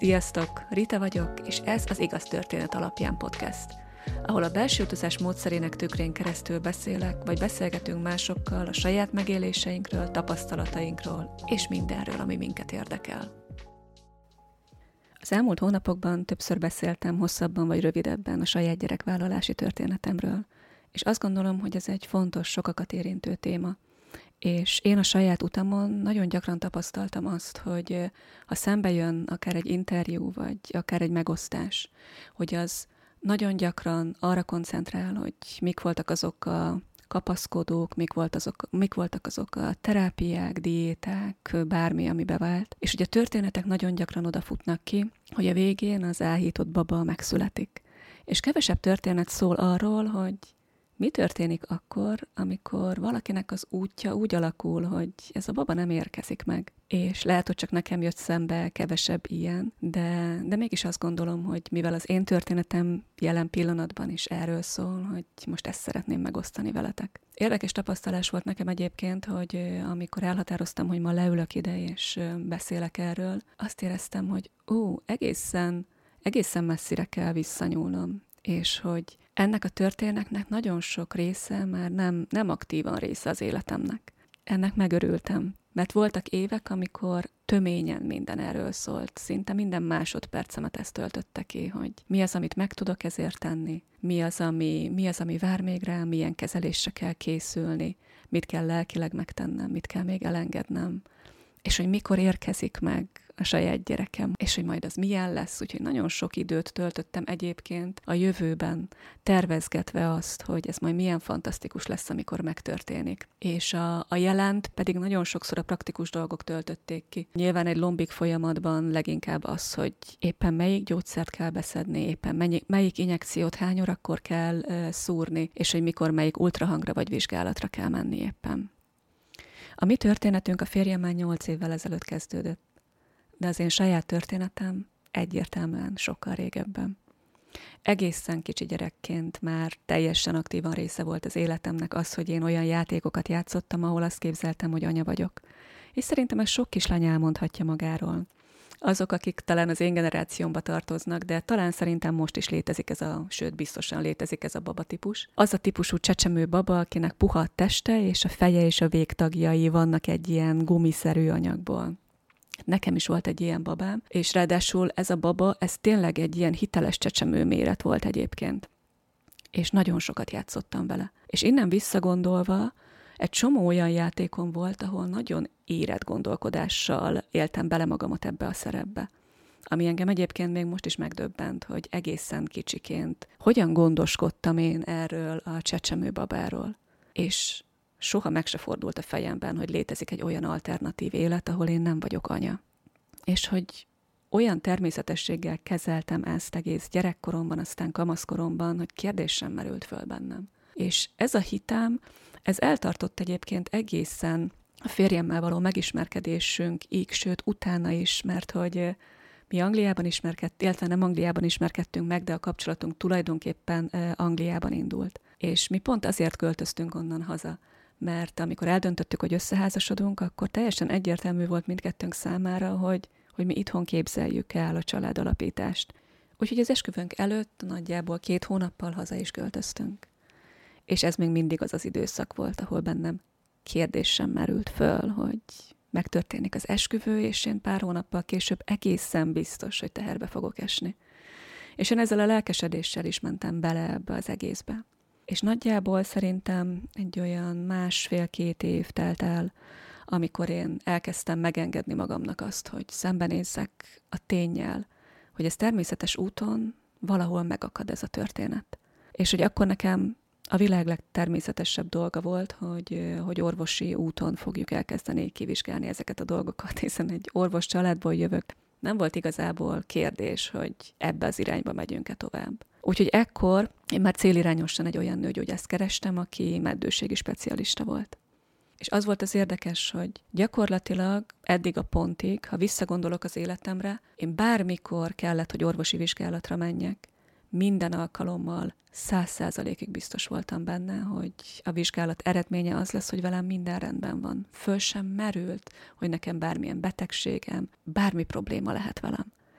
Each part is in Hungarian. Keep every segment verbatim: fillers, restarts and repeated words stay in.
Sziasztok! Rita vagyok, és ez az Igaz Történet Alapján podcast, ahol a belső utazás módszerének tükrén keresztül beszélek, vagy beszélgetünk másokkal a saját megéléseinkről, tapasztalatainkról, és mindenről, ami minket érdekel. Az elmúlt hónapokban többször beszéltem hosszabban vagy rövidebben a saját gyerekvállalási történetemről, és azt gondolom, hogy ez egy fontos, sokakat érintő téma. És én a saját utamon nagyon gyakran tapasztaltam azt, hogy ha szembe jön akár egy interjú, vagy akár egy megosztás, hogy az nagyon gyakran arra koncentrál, hogy mik voltak azok a kapaszkodók, mik, volt azok, mik voltak azok a terápiák, diéták, bármi, ami bevált. És ugye a történetek nagyon gyakran odafutnak ki, hogy a végén az áhított baba megszületik. És kevesebb történet szól arról, hogy mi történik akkor, amikor valakinek az útja úgy alakul, hogy ez a baba nem érkezik meg. És lehet, hogy csak nekem jött szembe kevesebb ilyen, de, de mégis azt gondolom, hogy mivel az én történetem jelen pillanatban is erről szól, hogy most ezt szeretném megosztani veletek. Érdekes tapasztalás volt nekem egyébként, hogy amikor elhatároztam, hogy ma leülök ide és beszélek erről, azt éreztem, hogy ó, egészen, egészen messzire kell visszanyúlnom, és hogy ennek a történetnek nagyon sok része már nem, nem aktívan része az életemnek. Ennek megörültem, mert voltak évek, amikor töményen minden erről szólt, szinte minden másodpercemet ezt töltötte ki, hogy mi az, amit meg tudok ezért tenni, mi az, ami, mi az, ami vár még rám, milyen kezelésre kell készülni, mit kell lelkileg megtennem, mit kell még elengednem, és hogy mikor érkezik meg a saját gyerekem, és hogy majd az milyen lesz, úgyhogy nagyon sok időt töltöttem egyébként a jövőben, tervezgetve azt, hogy ez majd milyen fantasztikus lesz, amikor megtörténik. És a, a jelent pedig nagyon sokszor a praktikus dolgok töltötték ki. Nyilván egy lombik folyamatban leginkább az, hogy éppen melyik gyógyszert kell beszedni, éppen melyik, melyik injekciót hány órakor kell uh, szúrni, és hogy mikor melyik ultrahangra vagy vizsgálatra kell menni éppen. A mi történetünk a férjemmel nyolc évvel ezelőtt kezdődött, de az én saját történetem egyértelműen sokkal régebben. Egészen kicsi gyerekként már teljesen aktívan része volt az életemnek az, hogy én olyan játékokat játszottam, ahol azt képzeltem, hogy anya vagyok. És szerintem ez sok kislány elmondhatja magáról. Azok, akik talán az én generációmba tartoznak, de talán szerintem most is létezik ez a, sőt biztosan létezik ez a babatípus. Az a típusú csecsemő baba, akinek puha a teste, és a feje és a végtagjai vannak egy ilyen gumiszerű anyagból. Nekem is volt egy ilyen babám, és ráadásul ez a baba, ez tényleg egy ilyen hiteles csecsemő méret volt egyébként. És nagyon sokat játszottam vele. És innen visszagondolva, egy csomó olyan játékom volt, ahol nagyon érett gondolkodással éltem bele magamat ebbe a szerepbe. Ami engem egyébként még most is megdöbbent, hogy egészen kicsiként hogyan gondoskodtam én erről a csecsemő babáról. És soha meg se fordult a fejemben, hogy létezik egy olyan alternatív élet, ahol én nem vagyok anya. És hogy olyan természetességgel kezeltem ezt egész gyerekkoromban, aztán kamaszkoromban, hogy kérdés sem merült föl bennem. És ez a hitem, ez eltartott egyébként egészen a férjemmel való megismerkedésünkig, sőt utána is, mert hogy mi Angliában ismerkedtünk, illetve nem Angliában ismerkedtünk meg, de a kapcsolatunk tulajdonképpen Angliában indult. És mi pont azért költöztünk onnan haza, mert amikor eldöntöttük, hogy összeházasodunk, akkor teljesen egyértelmű volt mindkettőnk számára, hogy, hogy mi itthon képzeljük el a családalapítást. Úgyhogy az esküvőnk előtt nagyjából két hónappal haza is költöztünk. És ez még mindig az az időszak volt, ahol bennem kérdés sem merült föl, hogy megtörténik az esküvő, és én pár hónappal később egészen biztos, hogy teherbe fogok esni. És én ezzel a lelkesedéssel is mentem bele ebbe az egészbe. És nagyjából szerintem egy olyan másfél-két év telt el, amikor én elkezdtem megengedni magamnak azt, hogy szembenézzek a ténnyel, hogy ez természetes úton valahol megakad ez a történet. És hogy akkor nekem a világ legtermészetesebb dolga volt, hogy, hogy orvosi úton fogjuk elkezdeni kivizsgálni ezeket a dolgokat, hiszen egy orvos családból jövök. Nem volt igazából kérdés, hogy ebbe az irányba megyünk-e tovább. Úgyhogy ekkor én már célirányosan egy olyan nőgyógyászt kerestem, aki meddőségi specialista volt. És az volt az érdekes, hogy gyakorlatilag eddig a pontig, ha visszagondolok az életemre, én bármikor kellett, hogy orvosi vizsgálatra menjek, minden alkalommal száz százalékig biztos voltam benne, hogy a vizsgálat eredménye az lesz, hogy velem minden rendben van. Föl sem merült, hogy nekem bármilyen betegségem, bármi probléma lehet velem.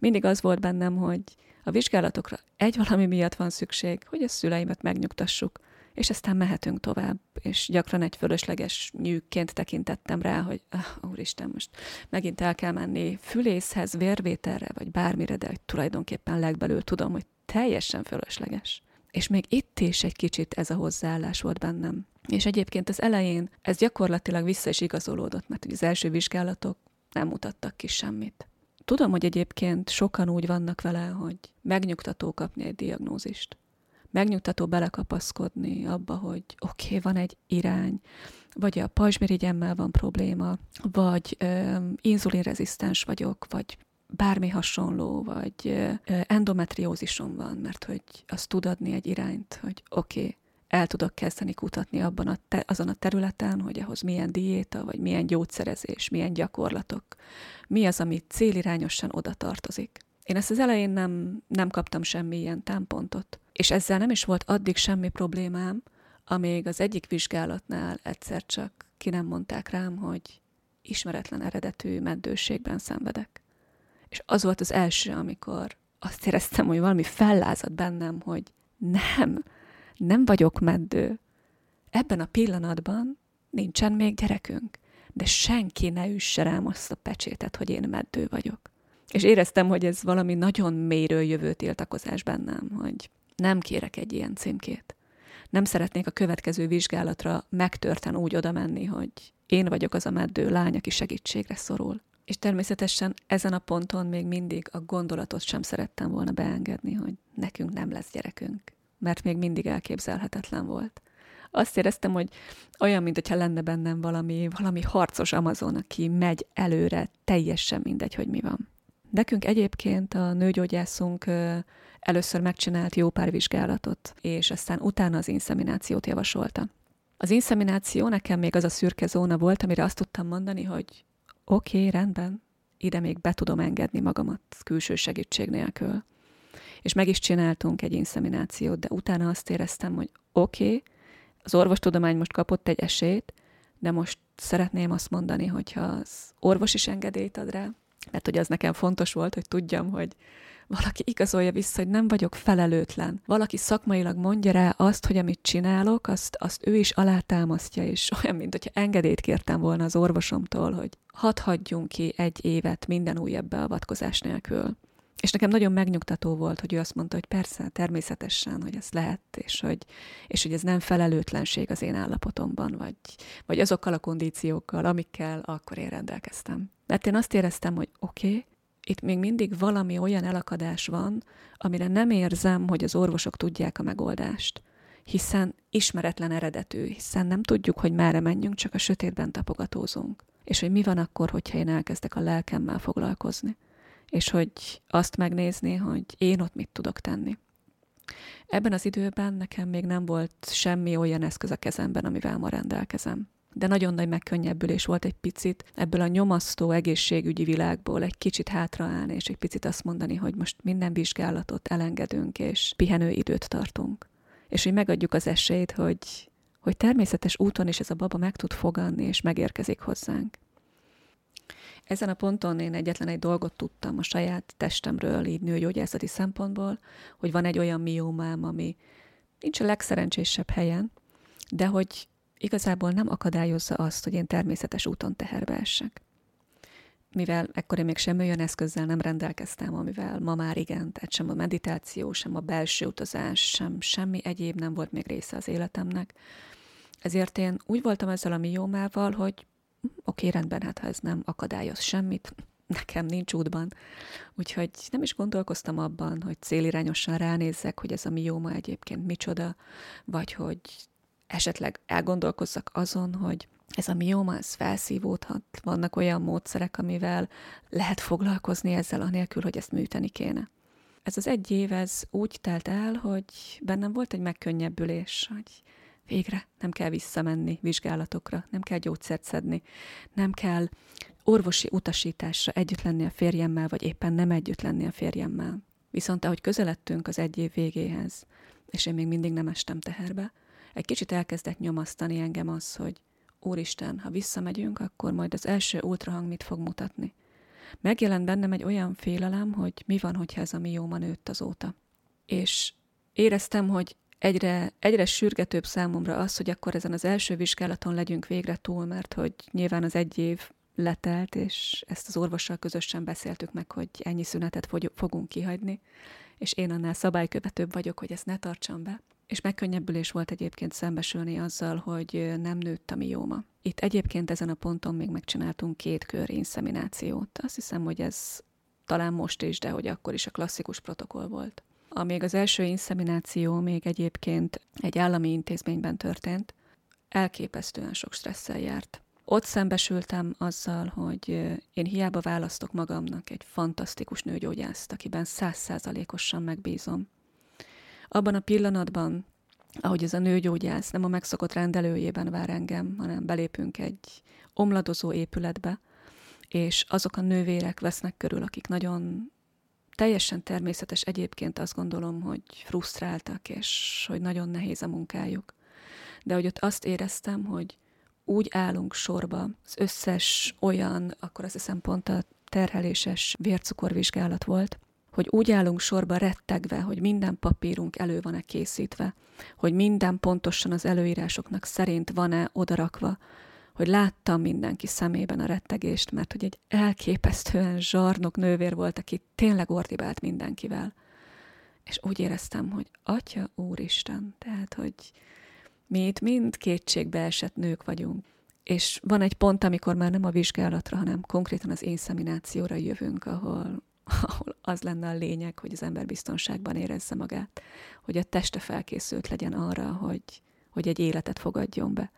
mindig az volt bennem, hogy a vizsgálatokra egy valami miatt van szükség, hogy a szüleimet megnyugtassuk, és aztán mehetünk tovább, és gyakran egy fölösleges nyűgként tekintettem rá, hogy ah, úristen, most megint el kell menni fülészhez, vérvételre, vagy bármire, de tulajdonképpen legbelül tudom, hogy teljesen fölösleges. És még itt is egy kicsit ez a hozzáállás volt bennem. És egyébként az elején ez gyakorlatilag vissza is igazolódott, mert ugye az első vizsgálatok nem mutattak ki semmit. Tudom, hogy egyébként sokan úgy vannak vele, hogy megnyugtató kapni egy diagnózist. Megnyugtató belekapaszkodni abba, hogy oké, okay, van egy irány, vagy a pajzsmirigyemmel van probléma, vagy ö, inzulinrezisztens vagyok, vagy bármi hasonló, vagy ö, endometriózisom van, mert hogy azt tud adni egy irányt, hogy oké, okay, el tudok kezdeni kutatni abban a te- azon a területen, hogy ahhoz milyen diéta, vagy milyen gyógyszerezés, milyen gyakorlatok, mi az, ami célirányosan oda tartozik. Én ezt az elején nem, nem kaptam semmi ilyen támpontot, és ezzel nem is volt addig semmi problémám, amíg az egyik vizsgálatnál egyszer csak ki nem mondták rám, hogy ismeretlen eredetű meddőségben szenvedek. És az volt az első, amikor azt éreztem, hogy valami fellázadt bennem, hogy nem, nem vagyok meddő. Ebben a pillanatban nincsen még gyerekünk, de senki ne üsse rám azt a pecsétet, hogy én meddő vagyok. És éreztem, hogy ez valami nagyon mélyről jövő tiltakozás bennem, hogy nem kérek egy ilyen címkét. Nem szeretnék a következő vizsgálatra megtörten úgy oda menni, hogy én vagyok az a meddő lány, aki segítségre szorul. És természetesen ezen a ponton még mindig a gondolatot sem szerettem volna beengedni, hogy nekünk nem lesz gyerekünk, mert még mindig elképzelhetetlen volt. Azt éreztem, hogy olyan, mintha lenne bennem valami, valami harcos amazon, aki megy előre, teljesen mindegy, hogy mi van. Nekünk egyébként a nőgyógyászunk először megcsinált jó pár vizsgálatot, és aztán utána az inszeminációt javasolta. Az inszemináció nekem még az a szürke zóna volt, amire azt tudtam mondani, hogy oké, okay, rendben, ide még be tudom engedni magamat külső segítség nélkül. És meg is csináltunk egy inszeminációt, de utána azt éreztem, hogy oké, okay, az orvostudomány most kapott egy esélyt, de most szeretném azt mondani, hogyha az orvos is engedélyt ad rá, mert hogy az nekem fontos volt, hogy tudjam, hogy valaki igazolja vissza, hogy nem vagyok felelőtlen. Valaki szakmailag mondja rá azt, hogy amit csinálok, azt, azt ő is alátámasztja, és olyan, mint hogyha engedélyt kértem volna az orvosomtól, hogy hadd hagyjunk ki egy évet minden újabb beavatkozás nélkül. És nekem nagyon megnyugtató volt, hogy ő azt mondta, hogy persze, természetesen, hogy ez lehet, és hogy, és hogy ez nem felelőtlenség az én állapotomban, vagy, vagy azokkal a kondíciókkal, amikkel akkor én rendelkeztem. Mert én azt éreztem, hogy oké, okay, itt még mindig valami olyan elakadás van, amire nem érzem, hogy az orvosok tudják a megoldást. Hiszen ismeretlen eredetű, hiszen nem tudjuk, hogy merre menjünk, csak a sötétben tapogatózunk. És hogy mi van akkor, hogyha én elkezdek a lelkemmel foglalkozni. És hogy azt megnézni, hogy én ott mit tudok tenni. Ebben az időben nekem még nem volt semmi olyan eszköz a kezemben, amivel ma rendelkezem. De nagyon nagy megkönnyebbülés volt egy picit ebből a nyomasztó egészségügyi világból egy kicsit hátraállni, és egy picit azt mondani, hogy most minden vizsgálatot elengedünk, és pihenő időt tartunk. És hogy megadjuk az esélyt, hogy, hogy természetes úton is ez a baba meg tud foganni, és megérkezik hozzánk. Ezen a ponton én egyetlen egy dolgot tudtam a saját testemről, így nőgyógyászati szempontból, hogy van egy olyan miómám, ami nincs a legszerencsésebb helyen, de hogy igazából nem akadályozza azt, hogy én természetes úton teherbe essek. Mivel ekkor én még semmi olyan eszközzel nem rendelkeztem, amivel ma már igen, tehát sem a meditáció, sem a belső utazás, sem semmi egyéb nem volt még része az életemnek. Ezért én úgy voltam ezzel a miómával, hogy oké, rendben, hát ha ez nem akadályoz semmit, nekem nincs útban. Úgyhogy nem is gondolkoztam abban, hogy célirányosan ránézzek, hogy ez a mióma egyébként micsoda, vagy hogy esetleg elgondolkozzak azon, hogy ez a mióma, ez felszívódhat. Vannak olyan módszerek, amivel lehet foglalkozni ezzel, anélkül, hogy ezt műteni kéne. Ez az egy év, ez úgy telt el, hogy bennem volt egy megkönnyebbülés, hogy végre nem kell visszamenni vizsgálatokra, nem kell gyógyszert szedni, nem kell orvosi utasításra együtt lenni a férjemmel, vagy éppen nem együtt lenni a férjemmel. Viszont ahogy közeledtünk az egy év végéhez, és én még mindig nem estem teherbe, egy kicsit elkezdett nyomasztani engem az, hogy úristen, ha visszamegyünk, akkor majd az első ultrahang mit fog mutatni. megjelent bennem egy olyan félelem, hogy mi van, hogyha ez a mióma nőtt azóta. És éreztem, hogy egyre, egyre sürgetőbb számomra az, hogy akkor ezen az első vizsgálaton legyünk végre túl, mert hogy nyilván az egy év letelt, és ezt az orvossal közösen beszéltük meg, hogy ennyi szünetet fogunk kihagyni, és én annál szabálykövetőbb vagyok, hogy ezt ne tartsam be. És megkönnyebbülés volt egyébként szembesülni azzal, hogy nem nőtt a mióma. Itt egyébként ezen a ponton még megcsináltunk két kör inszeminációt. Azt hiszem, hogy ez talán most is, de hogy akkor is a klasszikus protokoll volt. Amíg az első inszemináció még egyébként egy állami intézményben történt, elképesztően sok stresszel járt. Ott szembesültem azzal, hogy én hiába választok magamnak egy fantasztikus nőgyógyászt, akiben százszázalékosan megbízom. Abban a pillanatban, ahogy ez a nőgyógyász nem a megszokott rendelőjében vár engem, hanem belépünk egy omladozó épületbe, és azok a nővérek vesznek körül, akik nagyon teljesen természetes egyébként azt gondolom, hogy frusztráltak, és hogy nagyon nehéz a munkájuk. De hogy ott azt éreztem, hogy úgy állunk sorba, az összes olyan, akkor azt hiszem pont a terheléses vércukorvizsgálat volt, hogy úgy állunk sorba rettegve, hogy minden papírunk elő van-e készítve, hogy minden pontosan az előírásoknak szerint van-e odarakva, hogy láttam mindenki szemében a rettegést, mert hogy egy elképesztően zsarnok nővér volt, aki tényleg ordibált mindenkivel. És úgy éreztem, hogy Atya Úristen, tehát, hogy mi itt mind kétségbe esett nők vagyunk. És van egy pont, amikor már nem a vizsgálatra, hanem konkrétan az inszeminációra jövünk, ahol, ahol az lenne a lényeg, hogy az ember biztonságban érezze magát, hogy a teste felkészült legyen arra, hogy, hogy egy életet fogadjon be.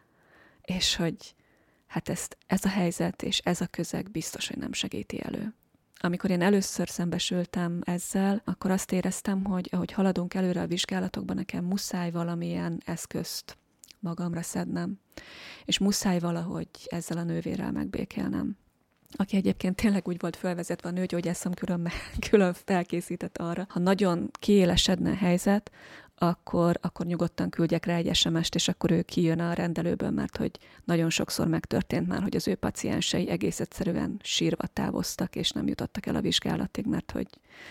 És hogy hát ezt, ez a helyzet és ez a közeg biztos, hogy nem segíti elő. Amikor én először szembesültem ezzel, akkor azt éreztem, hogy ahogy haladunk előre a vizsgálatokban, nekem muszáj valamilyen eszközt magamra szednem, és muszáj valahogy ezzel a nővérrel megbékélnem, aki egyébként tényleg úgy volt felvezetve a nőgyógyászom külön, külön felkészített arra, ha nagyon kiélesedne a helyzet, akkor, akkor nyugodtan küldjek rá egy es em est, és akkor ő kijön a rendelőből, mert hogy nagyon sokszor megtörtént már, hogy az ő paciensei egész egyszerűen sírva távoztak, és nem jutottak el a vizsgálatig, mert hogy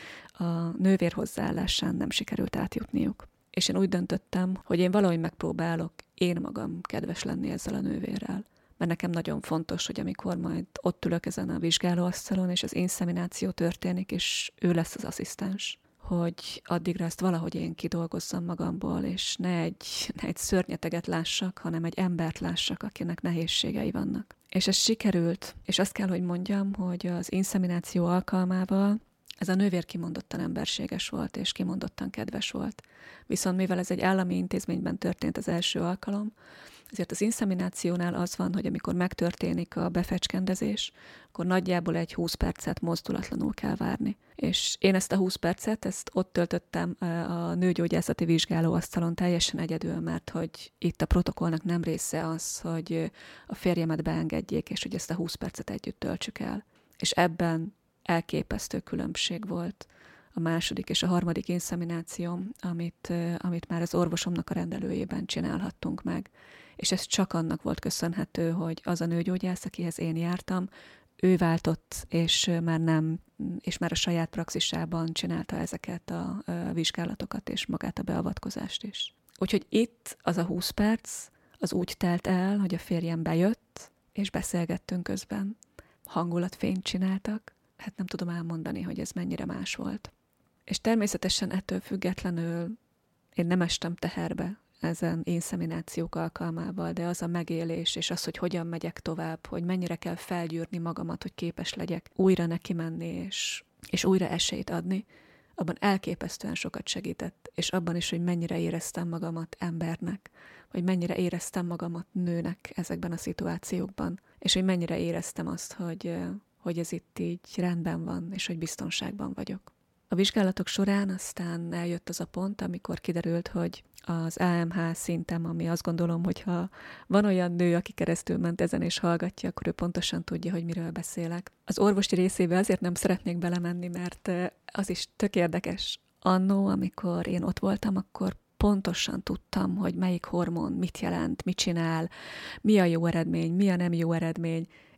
a nővér hozzáállásán nem sikerült átjutniuk. És én úgy döntöttem, hogy én valahogy megpróbálok én magam kedves lenni ezzel a nővérrel. Mert nekem nagyon fontos, hogy amikor majd ott ülök ezen a vizsgálóasztalon, és az inszemináció történik, és ő lesz az asszisztens, hogy addigra ezt valahogy én kidolgozzam magamból, és ne egy, ne egy szörnyeteget lássak, hanem egy embert lássak, akinek nehézségei vannak. És ez sikerült, és azt kell, hogy mondjam, hogy az inszemináció alkalmával ez a nővér kimondottan emberséges volt, és kimondottan kedves volt. Viszont mivel ez egy állami intézményben történt az első alkalom, ezért az inszeminációnál az van, hogy amikor megtörténik a befecskendezés, akkor nagyjából egy húsz percet mozdulatlanul kell várni. És én ezt a húsz percet, ezt ott töltöttem a nőgyógyászati vizsgálóasztalon teljesen egyedül, mert hogy itt a protokollnak nem része az, hogy a férjemet beengedjék, és hogy ezt a húsz percet együtt töltsük el. És ebben elképesztő különbség volt a második és a harmadik inszemináció, amit, amit már az orvosomnak a rendelőjében csinálhattunk meg. És ez csak annak volt köszönhető, hogy az a nőgyógyász, akihez én jártam, ő váltott, és már nem, és már a saját praxisában csinálta ezeket a vizsgálatokat, és magát a beavatkozást is. Úgyhogy itt az a húsz perc, az úgy telt el, hogy a férjem bejött, és beszélgettünk közben. Hangulatfényt csináltak, hát nem tudom elmondani, hogy ez mennyire más volt. És természetesen ettől függetlenül én nem estem teherbe ezen inszeminációk alkalmával, de az a megélés, és az, hogy hogyan megyek tovább, hogy mennyire kell felgyűrni magamat, hogy képes legyek újra neki menni, és, és újra esélyt adni, abban elképesztően sokat segített, és abban is, hogy mennyire éreztem magamat embernek, vagy mennyire éreztem magamat nőnek ezekben a szituációkban, és hogy mennyire éreztem azt, hogy, hogy ez itt így rendben van, és hogy biztonságban vagyok. A vizsgálatok során aztán eljött az a pont, amikor kiderült, hogy az á em há szintem, ami azt gondolom, hogy ha van olyan nő, aki keresztül ment ezen és hallgatja, akkor ő pontosan tudja, hogy miről beszélek. Az orvosi részébe azért nem szeretnék belemenni, mert az is tök érdekes. Annó, amikor én ott voltam, akkor pontosan tudtam, hogy melyik hormon mit jelent, mit csinál, mi a jó eredmény, mi a nem jó eredmény,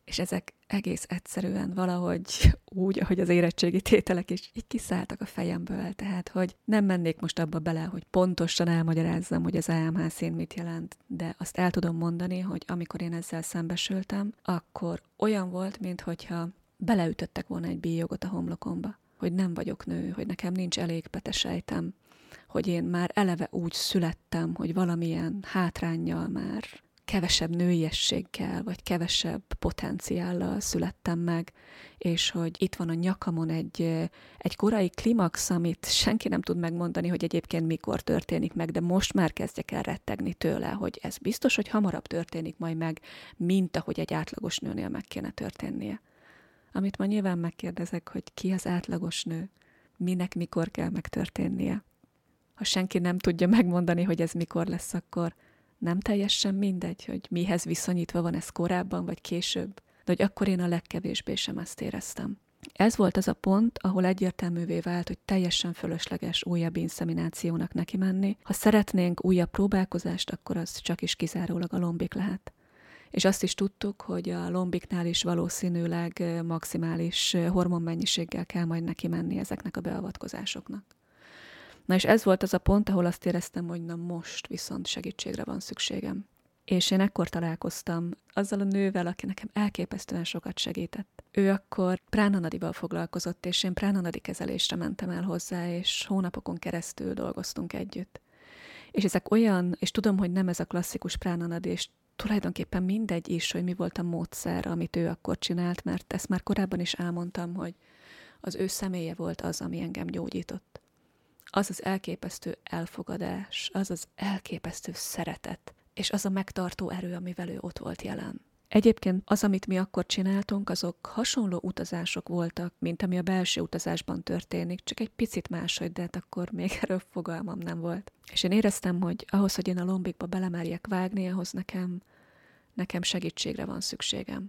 És ezek egész egyszerűen valahogy úgy, ahogy az érettségi tételek is így kiszálltak a fejemből. Tehát, hogy nem mennék most abba bele, hogy pontosan elmagyarázzam, hogy az á em há szín mit jelent, de azt el tudom mondani, hogy amikor én ezzel szembesültem, akkor olyan volt, minthogyha beleütöttek volna egy bélyogot a homlokomba, hogy nem vagyok nő, hogy nekem nincs elég petesejtem, hogy én már eleve úgy születtem, hogy valamilyen hátránnyal már kevesebb nőiességgel, vagy kevesebb potenciállal születtem meg, és hogy itt van a nyakamon egy, egy korai klimax, amit senki nem tud megmondani, hogy egyébként mikor történik meg, de most már kezdjek el rettegni tőle, hogy ez biztos, hogy hamarabb történik majd meg, mint ahogy egy átlagos nőnél meg kéne történnie. Amit ma nyilván megkérdezek, hogy ki az átlagos nő, minek mikor kell megtörténnie. Ha senki nem tudja megmondani, hogy ez mikor lesz, akkor nem teljesen mindegy, hogy mihez viszonyítva van ez korábban vagy később, de hogy akkor én a legkevésbé sem ezt éreztem. Ez volt az a pont, ahol egyértelművé vált, hogy teljesen fölösleges újabb inszeminációnak neki menni. Ha szeretnénk újabb próbálkozást, akkor az csak is kizárólag a lombik lehet. És azt is tudtuk, hogy a lombiknál is valószínűleg maximális hormonmennyiséggel kell majd neki menni ezeknek a beavatkozásoknak. Na és ez volt az a pont, ahol azt éreztem, hogy na most viszont segítségre van szükségem. És én ekkor találkoztam azzal a nővel, aki nekem elképesztően sokat segített. Ő akkor pránanadival foglalkozott, és én pránanadi kezelésre mentem el hozzá, és hónapokon keresztül dolgoztunk együtt. És ezek olyan, és tudom, hogy nem ez a klasszikus pránanadi, és tulajdonképpen mindegy is, hogy mi volt a módszer, amit ő akkor csinált, mert ezt már korábban is elmondtam, hogy az ő személye volt az, ami engem gyógyított. Az az elképesztő elfogadás, az az elképesztő szeretet, és az a megtartó erő, amivel ő ott volt jelen. Egyébként az, amit mi akkor csináltunk, azok hasonló utazások voltak, mint ami a belső utazásban történik, csak egy picit máshogy, de hát akkor még erről fogalmam nem volt. És én éreztem, hogy ahhoz, hogy én a lombikba belemerjek vágni, ahhoz nekem, nekem segítségre van szükségem.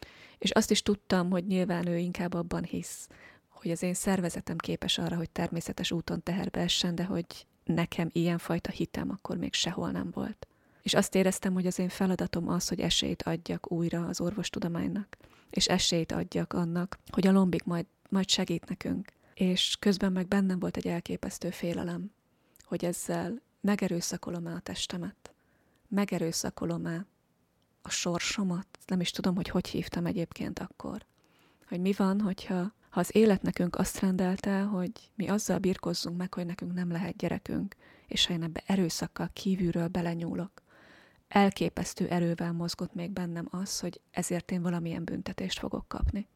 És azt is tudtam, hogy nyilván ő inkább abban hisz, hogy az én szervezetem képes arra, hogy természetes úton teherbe essen, de hogy nekem ilyenfajta hitem akkor még sehol nem volt. És azt éreztem, hogy az én feladatom az, hogy esélyt adjak újra az orvostudománynak, és esélyt adjak annak, hogy a lombik majd, majd segít nekünk. És közben meg bennem volt egy elképesztő félelem, hogy ezzel megerőszakolom-e a testemet, megerőszakolom-e a sorsomat, nem is tudom, hogy hogy hívtam egyébként akkor. Hogy mi van, hogyha ha az élet nekünk azt rendelte, hogy mi azzal birkozzunk meg, hogy nekünk nem lehet gyerekünk, és ha én ebbe erőszakkal kívülről belenyúlok, elképesztő erővel mozgott még bennem az, hogy ezért én valamilyen büntetést fogok kapni.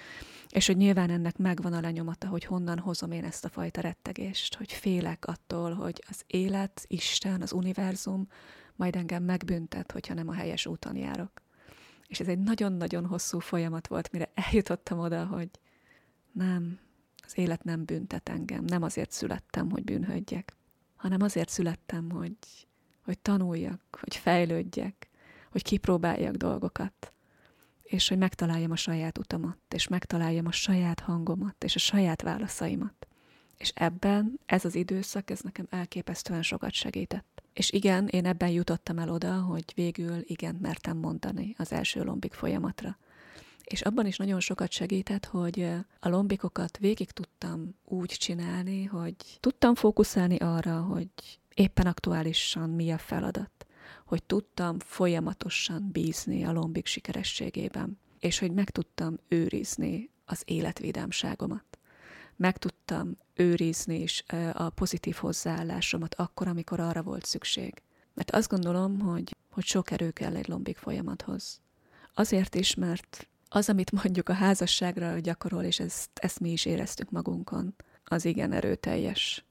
És hogy nyilván ennek megvan a lenyomata, hogy honnan hozom én ezt a fajta rettegést, hogy félek attól, hogy az élet, Isten, az univerzum majd engem megbüntet, hogyha nem a helyes úton járok. És ez egy nagyon-nagyon hosszú folyamat volt, mire eljutottam oda, hogy nem, az élet nem büntet engem, nem azért születtem, hogy bűnhődjek, hanem azért születtem, hogy, hogy tanuljak, hogy fejlődjek, hogy kipróbáljak dolgokat, és hogy megtaláljam a saját utamat, és megtaláljam a saját hangomat, és a saját válaszaimat. És ebben ez az időszak, ez nekem elképesztően sokat segített. És igen, én ebben jutottam el oda, hogy végül igent mertem mondani az első lombik folyamatra. És abban is nagyon sokat segített, hogy a lombikokat végig tudtam úgy csinálni, hogy tudtam fókuszálni arra, hogy éppen aktuálisan mi a feladat, hogy tudtam folyamatosan bízni a lombik sikerességében, és hogy meg tudtam őrizni az életvidámságomat. Meg tudtam őrizni is a pozitív hozzáállásomat akkor, amikor arra volt szükség. Mert azt gondolom, hogy, hogy sok erő kell egy lombik folyamathoz. Azért is, mert az, amit mondjuk a házasságra gyakorol, és ezt, ezt mi is éreztük magunkon, az igen erőteljes.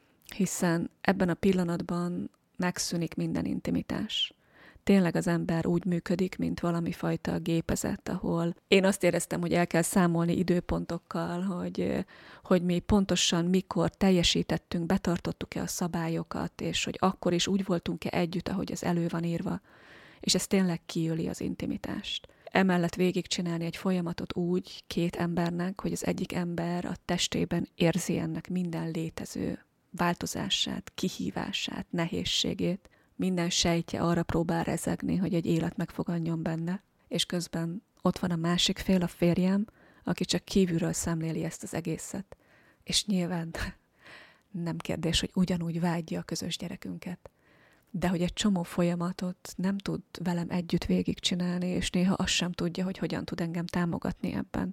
Hiszen ebben a pillanatban megszűnik minden intimitás. Tényleg az ember úgy működik, mint valami fajta gépezet, ahol én azt éreztem, hogy el kell számolni időpontokkal, hogy, hogy mi pontosan mikor teljesítettünk, betartottuk-e a szabályokat, és hogy akkor is úgy voltunk-e együtt, ahogy az elő van írva. És ez tényleg kiöli az intimitást. Emellett végigcsinálni egy folyamatot úgy két embernek, hogy az egyik ember a testében érzi ennek minden létező változását, kihívását, nehézségét, minden sejtje arra próbál rezegni, hogy egy élet megfogadjon benne, és közben ott van a másik fél, a férjem, aki csak kívülről szemléli ezt az egészet. És nyilván nem kérdés, hogy ugyanúgy vágyja a közös gyerekünket. De hogy egy csomó folyamatot nem tud velem együtt végigcsinálni, és néha azt sem tudja, hogy hogyan tud engem támogatni ebben.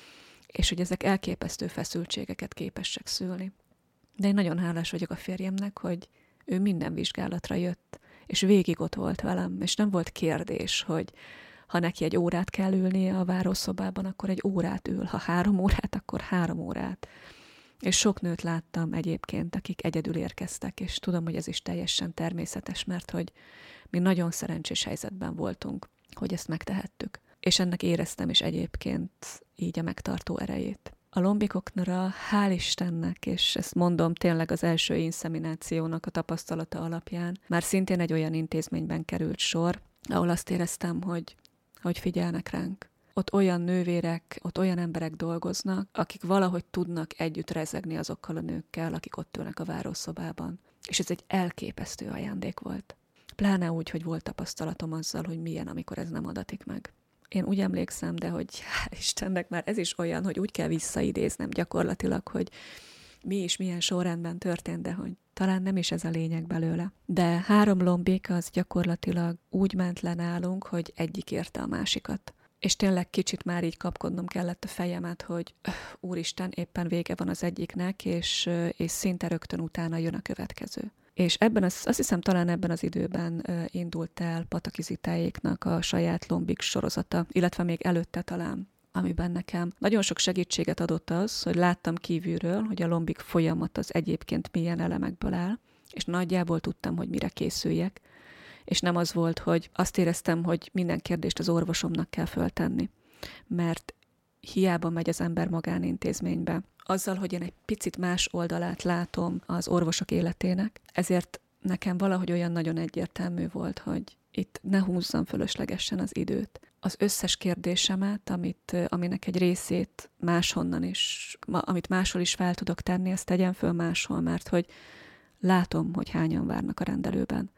És hogy ezek elképesztő feszültségeket képesek szülni. De én nagyon hálás vagyok a férjemnek, hogy ő minden vizsgálatra jött, és végig ott volt velem, és nem volt kérdés, hogy ha neki egy órát kell ülnie a várószobában, akkor egy órát ül, ha három órát, akkor három órát. És sok nőt láttam egyébként, akik egyedül érkeztek, és tudom, hogy ez is teljesen természetes, mert hogy mi nagyon szerencsés helyzetben voltunk, hogy ezt megtehettük. És ennek éreztem is egyébként így a megtartó erejét. A lombikoknara hál' Istennek, és ezt mondom tényleg az első inszeminációnak a tapasztalata alapján, már szintén egy olyan intézményben került sor, ahol azt éreztem, hogy, hogy figyelnek ránk. Ott olyan nővérek, ott olyan emberek dolgoznak, akik valahogy tudnak együtt rezegni azokkal a nőkkel, akik ott ülnek a várószobában. És ez egy elképesztő ajándék volt. Pláne úgy, hogy volt tapasztalatom azzal, hogy milyen, amikor ez nem adatik meg. Én úgy emlékszem, de hogy hál' Istennek már ez is olyan, hogy úgy kell visszaidéznem gyakorlatilag, hogy mi is milyen sorrendben történt, de hogy talán nem is ez a lényeg belőle. De három lombik az gyakorlatilag úgy ment le nálunk, hogy egyik érte a másikat. És tényleg kicsit már így kapkodnom kellett a fejemet, hogy öh, úristen, éppen vége van az egyiknek, és, és szinte rögtön utána jön a következő. És ebben az, azt hiszem talán ebben az időben uh, indult el Pataki Zitáéknak a saját lombik sorozata, illetve még előtte talán, amiben nekem nagyon sok segítséget adott az, hogy láttam kívülről, hogy a lombik folyamat az egyébként milyen elemekből áll, és nagyjából tudtam, hogy mire készüljek. És nem az volt, hogy azt éreztem, hogy minden kérdést az orvosomnak kell föltenni, mert hiába megy az ember magánintézménybe. Azzal, hogy én egy picit más oldalát látom az orvosok életének, ezért nekem valahogy olyan nagyon egyértelmű volt, hogy itt ne húzzam fölöslegesen az időt. Az összes kérdésemet, amit, aminek egy részét máshonnan is, amit máshol is fel tudok tenni, ezt tegyem föl máshol, mert hogy látom, hogy hányan várnak a rendelőben.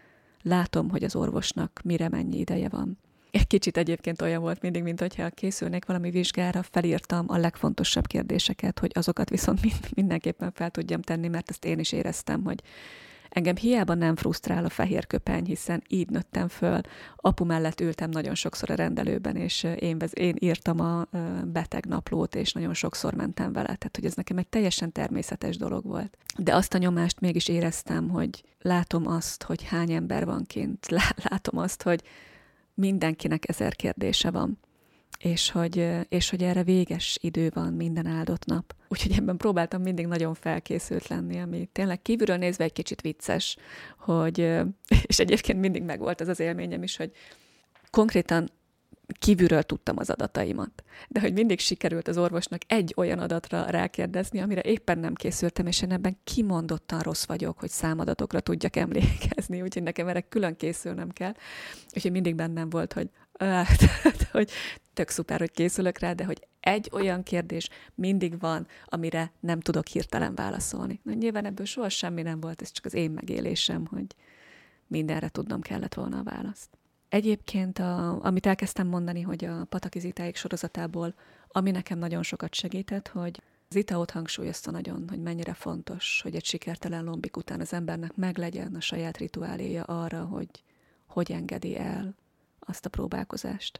Látom, hogy az orvosnak mire mennyi ideje van. Egy kicsit egyébként olyan volt mindig, mint hogyha készülnék valami vizsgára, felírtam a legfontosabb kérdéseket, hogy azokat viszont mind, mindenképpen fel tudjam tenni, mert ezt én is éreztem, hogy engem hiába nem frusztrál a fehér köpeny, hiszen így nőttem föl. Apu mellett ültem nagyon sokszor a rendelőben, és én, én írtam a beteg naplót, és nagyon sokszor mentem vele. Tehát, hogy ez nekem egy teljesen természetes dolog volt. De azt a nyomást mégis éreztem, hogy látom azt, hogy hány ember van kint. Látom azt, hogy mindenkinek ezer kérdése van. És hogy, és hogy erre véges idő van minden áldott nap. Úgyhogy ebben próbáltam mindig nagyon felkészült lenni, ami tényleg kívülről nézve egy kicsit vicces, hogy, és egyébként mindig megvolt az az élményem is, hogy konkrétan kívülről tudtam az adataimat. De hogy mindig sikerült az orvosnak egy olyan adatra rákérdezni, amire éppen nem készültem, és én ebben kimondottan rossz vagyok, hogy számadatokra tudjak emlékezni, úgyhogy nekem erre külön készülnem kell. Úgyhogy mindig bennem volt, hogy, uh, hogy tök szuper, hogy készülök rá, de hogy egy olyan kérdés mindig van, amire nem tudok hirtelen válaszolni. Na, nyilván ebből soha semmi nem volt, ez csak az én megélésem, hogy mindenre tudnom kellett volna a választ. Egyébként, a, amit elkezdtem mondani, hogy a Pataki Zitáék sorozatából, ami nekem nagyon sokat segített, hogy Zita ott hangsúlyozta nagyon, hogy mennyire fontos, hogy egy sikertelen lombik után az embernek meglegyen a saját rituáléja arra, hogy hogy engedi el azt a próbálkozást.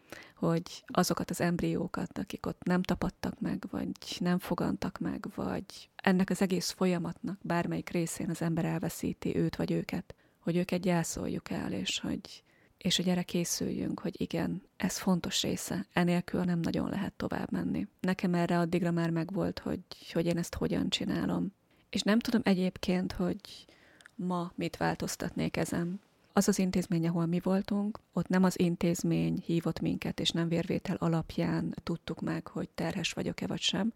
Hogy azokat az embriókat, akik ott nem tapadtak meg, vagy nem fogantak meg, vagy ennek az egész folyamatnak bármelyik részén az ember elveszíti őt vagy őket, hogy őket gyászoljuk el, és hogy és hogy erre készüljünk, hogy igen, ez fontos része, enélkül nem nagyon lehet tovább menni. Nekem erre addigra már megvolt, hogy, hogy én ezt hogyan csinálom. És nem tudom egyébként, hogy ma mit változtatnék ezen. Az az intézmény, ahol mi voltunk, ott nem az intézmény hívott minket, és nem vérvétel alapján tudtuk meg, hogy terhes vagyok-e vagy sem,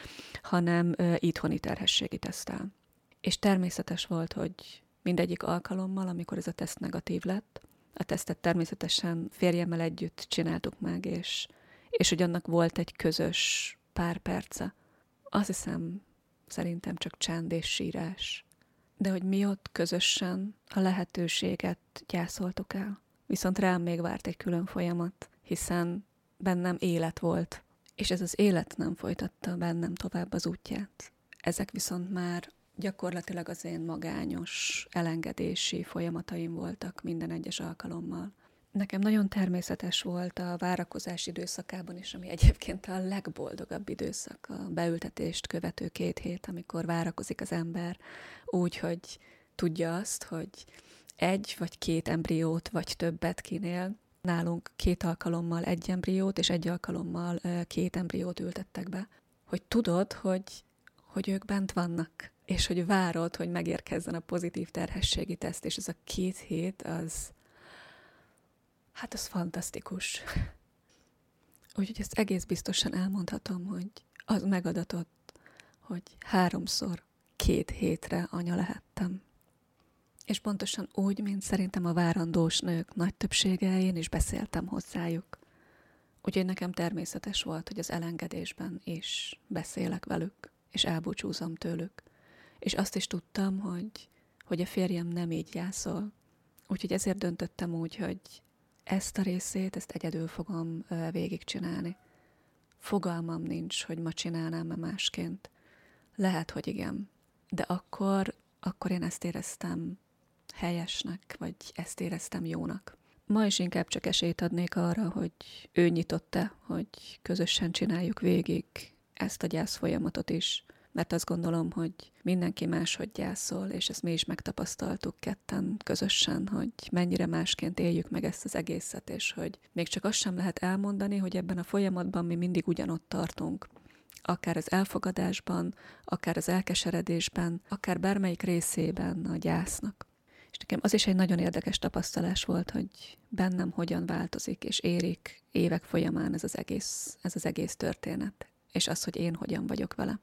hanem uh, itthoni terhességi teszttel. És természetes volt, hogy mindegyik alkalommal, amikor ez a teszt negatív lett, a tesztet természetesen férjemmel együtt csináltuk meg, és, és hogy annak volt egy közös pár perce. Azt hiszem, szerintem csak csend és sírás. De hogy mi ott közösen a lehetőséget gyászoltuk el. Viszont rám még várt egy külön folyamat, hiszen bennem élet volt, és ez az élet nem folytatta bennem tovább az útját. Ezek viszont már gyakorlatilag az én magányos, elengedési folyamataim voltak minden egyes alkalommal. Nekem nagyon természetes volt a várakozás időszakában is, ami egyébként a legboldogabb időszak, a beültetést követő két hét, amikor várakozik az ember úgy, hogy tudja azt, hogy egy vagy két embriót vagy többet kinél. Nálunk két alkalommal egy embriót és egy alkalommal két embriót ültettek be. Hogy tudod, hogy, hogy ők bent vannak, és hogy várod, hogy megérkezzen a pozitív terhességi teszt, és ez a két hét az... Hát az fantasztikus. Úgyhogy ezt egész biztosan elmondhatom, hogy az megadatott, hogy háromszor két hétre anya lehettem. És pontosan úgy, mint szerintem a várandós nők nagy többsége, én is beszéltem hozzájuk. Úgyhogy nekem természetes volt, hogy az elengedésben is beszélek velük, és elbúcsúzom tőlük. És azt is tudtam, hogy, hogy a férjem nem így gyászol. Úgyhogy ezért döntöttem úgy, hogy ezt a részét, ezt egyedül fogom végigcsinálni. Fogalmam nincs, hogy ma csinálnám-e másként. Lehet, hogy igen. De akkor, akkor én ezt éreztem helyesnek, vagy ezt éreztem jónak. Ma is inkább csak esélyt adnék arra, hogy ő nyitotta, hogy közösen csináljuk végig ezt a gyász folyamatot is, mert azt gondolom, hogy mindenki máshogy gyászol, és ezt mi is megtapasztaltuk ketten közösen, hogy mennyire másként éljük meg ezt az egészet, és hogy még csak azt sem lehet elmondani, hogy ebben a folyamatban mi mindig ugyanott tartunk. Akár az elfogadásban, akár az elkeseredésben, akár bármelyik részében a gyásznak. És nekem az is egy nagyon érdekes tapasztalás volt, hogy bennem hogyan változik, és érik évek folyamán ez az egész, ez az egész történet, és az, hogy én hogyan vagyok vele.